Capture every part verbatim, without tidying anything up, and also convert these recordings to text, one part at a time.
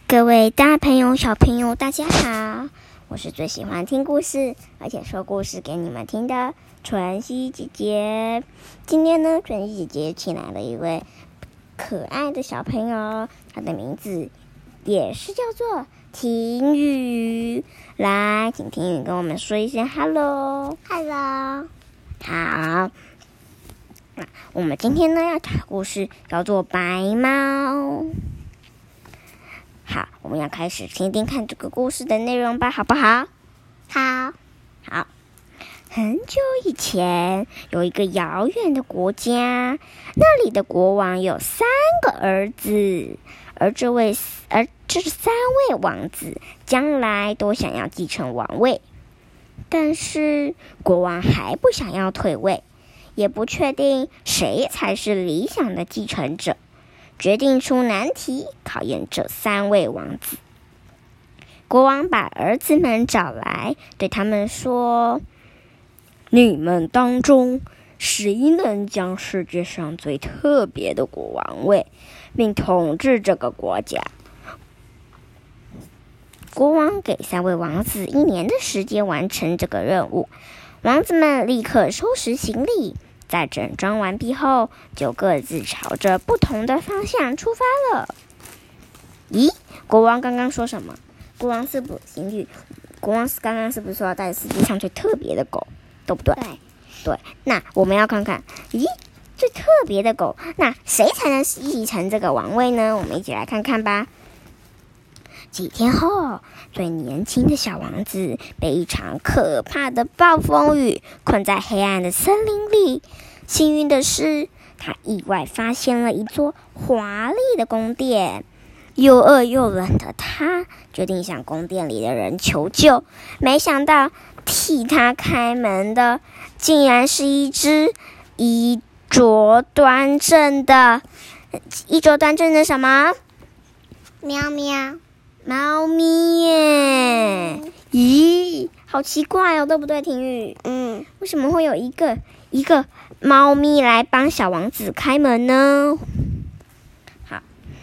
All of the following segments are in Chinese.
各位大朋友、小朋友，大家好！我是最喜欢听故事，而且说故事给你们听的纯熙姐姐。今天呢，纯熙姐姐请来了一位可爱的小朋友，他的名字也是叫做婷雨。来，请婷雨跟我们说一声 “hello”。 Hello。 好，那我们今天呢要讲的故事叫做《白猫》。好，我们要开始听听看这个故事的内容吧，好不好？ 好。 好。很久以前，有一个遥远的国家，那里的国王有三个儿子，而这位而这三位王子将来都想要继承王位，但是国王还不想要退位，也不确定谁才是理想的继承者。决定出难题考验这三位王子。国王把儿子们找来，对他们说：你们当中谁能将世界上最特别的国王位，并统治这个国家？国王给三位王子一年的时间完成这个任务。王子们立刻收拾行李，在整装完毕后，就各自朝着不同的方向出发了。咦，国王刚刚说什么？国王是不行语，国王是刚刚是不是说要带世界上最特别的狗，对不对？ 对。 对，那我们要看看，咦，最特别的狗，那谁才能继承这个王位呢？我们一起来看看吧。几天后，最年轻的小王子被一场可怕的暴风雨困在黑暗的森林里。幸运的是，他意外发现了一座华丽的宫殿。又饿又冷的他决定向宫殿里的人求救，没想到替他开门的竟然是一只衣着端正的衣着端正的什么？ 喵喵。 猫咪耶！咦，好奇怪哦，对不对，婷雨？ 嗯， 为什么会有一个一个猫咪来帮小王子开门呢？好，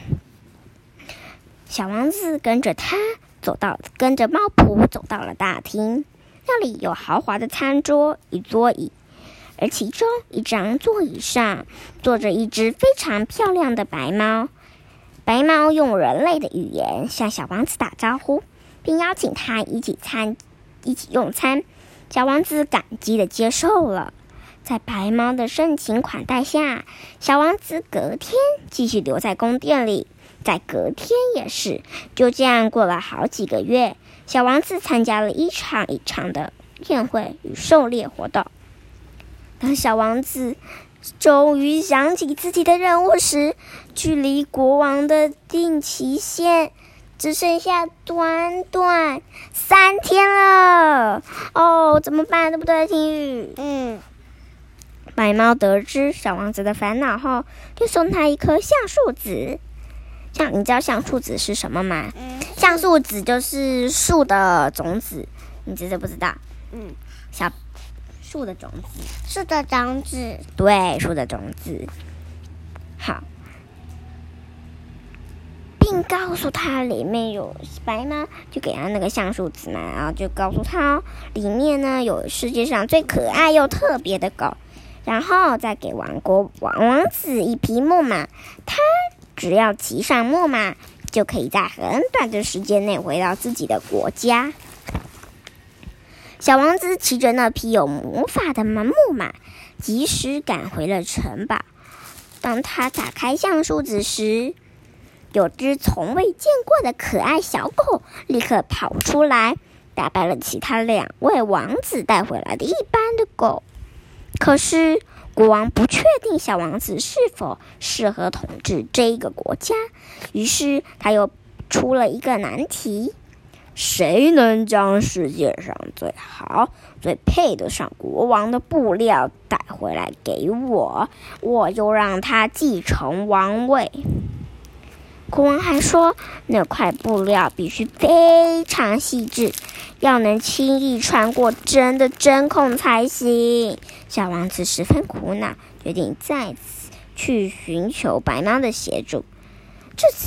小王子跟着他走到，跟着猫仆走到了大厅，那里有豪华的餐桌与桌椅，而其中一张座椅上坐着一只非常漂亮的白猫。白猫用人类的语言向小王子打招呼，并邀请他一起餐一起用餐。小王子感激地接受了。在白猫的盛情款待下，小王子隔天继续留在宫殿里，在隔天也是。就这样过了好几个月，小王子参加了一场一场的宴会与狩猎活动。当小王子终于想起自己的任务时，距离国王的定期限只剩下短短三天了。哦，怎么办？对不对，婷雨？ 嗯。 白猫得知小王子的烦恼后，就送他一颗橡树籽。像你知道橡树籽是什么吗？ 嗯。 橡树籽就是树的种子，你知不知道？ 嗯。 小树的种子。 树的种子。 对，树的种子。好。并告诉他里面有白猫，就给他那个橡树籽嘛，然后就告诉他哦，里面呢有世界上最可爱又特别的狗，然后再给王国王王子一匹木马，他只要骑上木马，就可以在很短的时间内回到自己的国家。小王子骑着那匹有魔法的木马，及时赶回了城堡。当他打开橡树籽时，有只从未见过的可爱小狗立刻跑出来，打败了其他两位王子带回来的一般的狗。可是国王不确定小王子是否适合统治这个国家，于是他又出了一个难题：谁能将世界上最好、最配得上国王的布料带回来给我，我就让他继承王位。国王还说，那块布料必须非常细致，要能轻易穿过针的针孔才行。小王子十分苦恼，决定再次去寻求白猫的协助。这次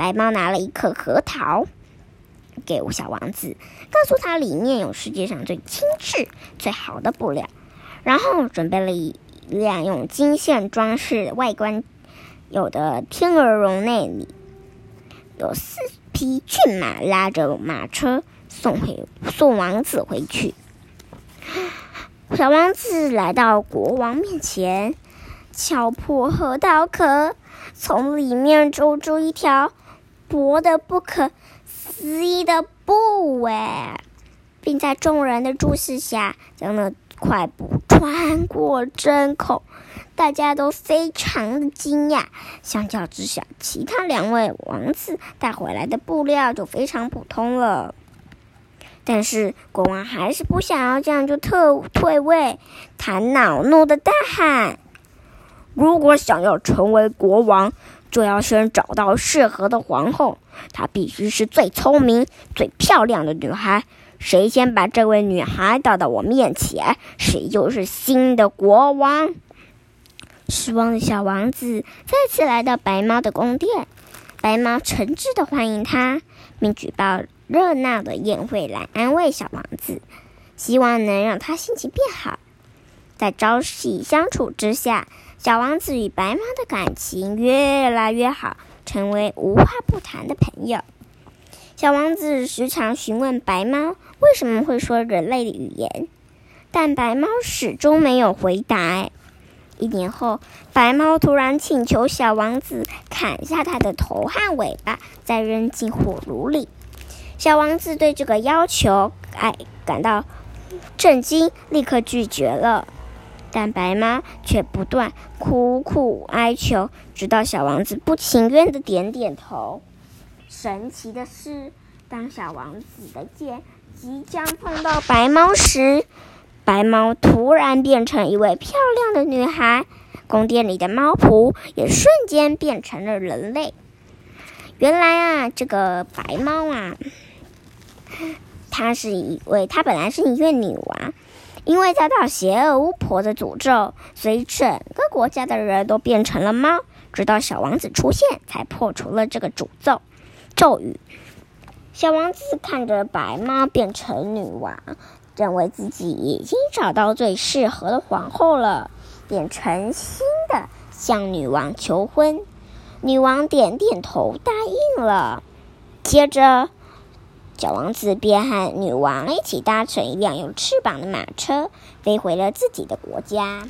白猫拿了一颗核桃给小王子，告诉他里面有世界上最精致、最好的布料，然后准备了一辆用金线装饰、外观有的天鹅绒内里，有四匹骏马拉着马车送回送王子回去。小王子来到国王面前，敲破核桃壳，从里面抽出一条薄的不可思议的布哎，并在众人的注视下将那块布穿过针孔，大家都非常的惊讶。相较之下，其他两位王子带回来的布料就非常普通了。但是国王还是不想要这样就特退位，他恼怒的大喊：如果想要成为国王，就要先找到适合的皇后，她必须是最聪明、最漂亮的女孩。谁先把这位女孩带到我面前，谁就是新的国王。失望的小王子再次来到白猫的宫殿，白猫诚挚地欢迎他，并举办热闹的宴会来安慰小王子，希望能让他心情变好。在朝夕相处之下，小王子与白猫的感情越来越好，成为无话不谈的朋友。小王子时常询问白猫为什么会说人类的语言，但白猫始终没有回答。一年后，白猫突然请求小王子砍下它的头和尾巴，再扔进火炉里。小王子对这个要求哎感到震惊，立刻拒绝了。但白猫却不断苦苦哀求，直到小王子不情愿的点点头。神奇的是，当小王子的剑即将碰到白猫时，白猫突然变成一位漂亮的女孩，宫殿里的猫仆也瞬间变成了人类。原来啊，这个白猫啊，她是一位，她本来是一位女王，因为遭到邪恶巫婆的诅咒，所以整个国家的人都变成了猫，直到小王子出现，才破除了这个诅咒咒语。小王子看着白猫变成女王，认为自己已经找到最适合的皇后了，便诚心的向女王求婚。女王点点头答应了。接着小王子便和女王一起搭乘一辆有翅膀的马车，飞回了自己的国家。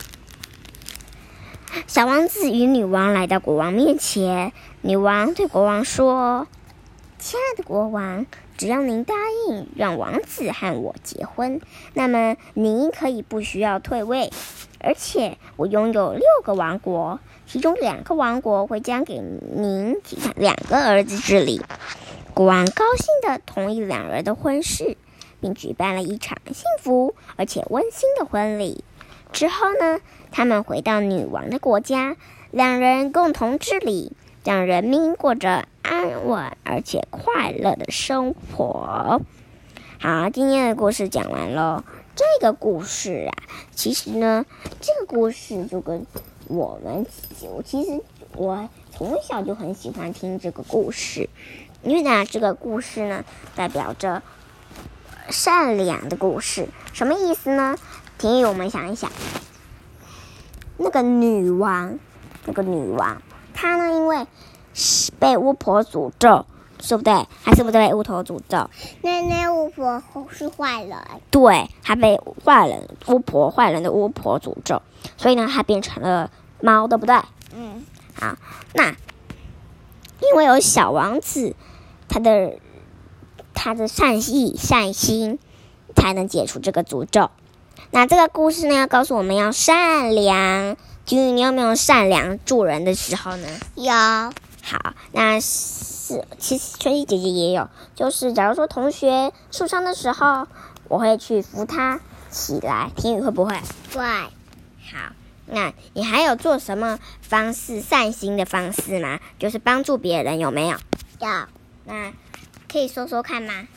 小王子与女王来到国王面前，女王对国王说：亲爱的国王，只要您答应让王子和我结婚，那么您可以不需要退位，而且我拥有六个王国，其中两个王国会将给您两个儿子治理。国王高兴地同意两人的婚事，并举办了一场幸福而且温馨的婚礼。之后呢，他们回到女王的国家，两人共同治理，让人民过着安稳而且快乐的生活。好，今天的故事讲完了。这个故事啊，其实呢，这个故事就跟我们，我其实我从小就很喜欢听这个故事，因为呢，这个故事呢，代表着善良的故事。什么意思呢？婷宇，我们想一想，那个女王，那个女王，她呢，因为被巫婆诅咒，对不对？还是不对？巫婆诅咒。 那那巫婆是坏人。 对，她被坏人巫婆坏人的巫婆诅咒，所以呢，她变成了猫，对不对？ 嗯。 好，那因为有小王子，他的他的善意善心，才能解除这个诅咒。那这个故事呢，要告诉我们要善良。君宇，你有没有善良助人的时候呢？ 有。 好，那是其实春熙姐姐也有，就是假如说同学受伤的时候，我会去扶他起来。婷宇会不会？ 会。 好，那你还有做什么方式善心的方式吗？就是帮助别人，有没有？ 有。 那可以说说看吗？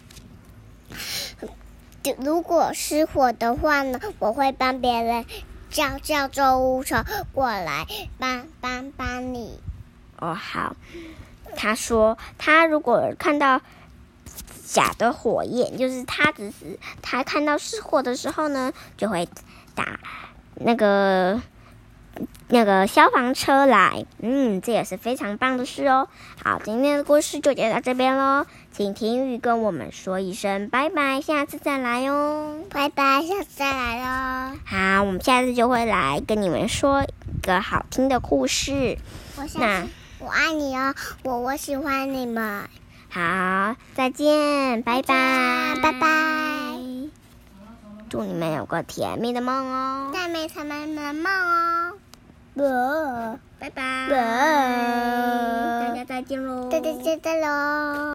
如果失火的话呢，我会帮别人叫叫救护车过来帮帮帮你。 哦，好。 他说，他如果看到假的火焰，就是他只是他看到是火的时候呢，就会打那个那个消防车来。嗯，这也是非常棒的事哦。好，今天的故事就讲到这边咯，请婷雨跟我们说一声拜拜，下次再来哦。 拜拜，下次再来喽。 好，我们下次就会来跟你们说一个好听的故事。 我那我爱你哦，我我喜欢你们。 好，再见，拜拜， 拜拜。 祝你们有个甜蜜的梦哦， 甜蜜甜蜜的梦哦。 拜拜，拜拜，大家再见喽， 再见再见喽。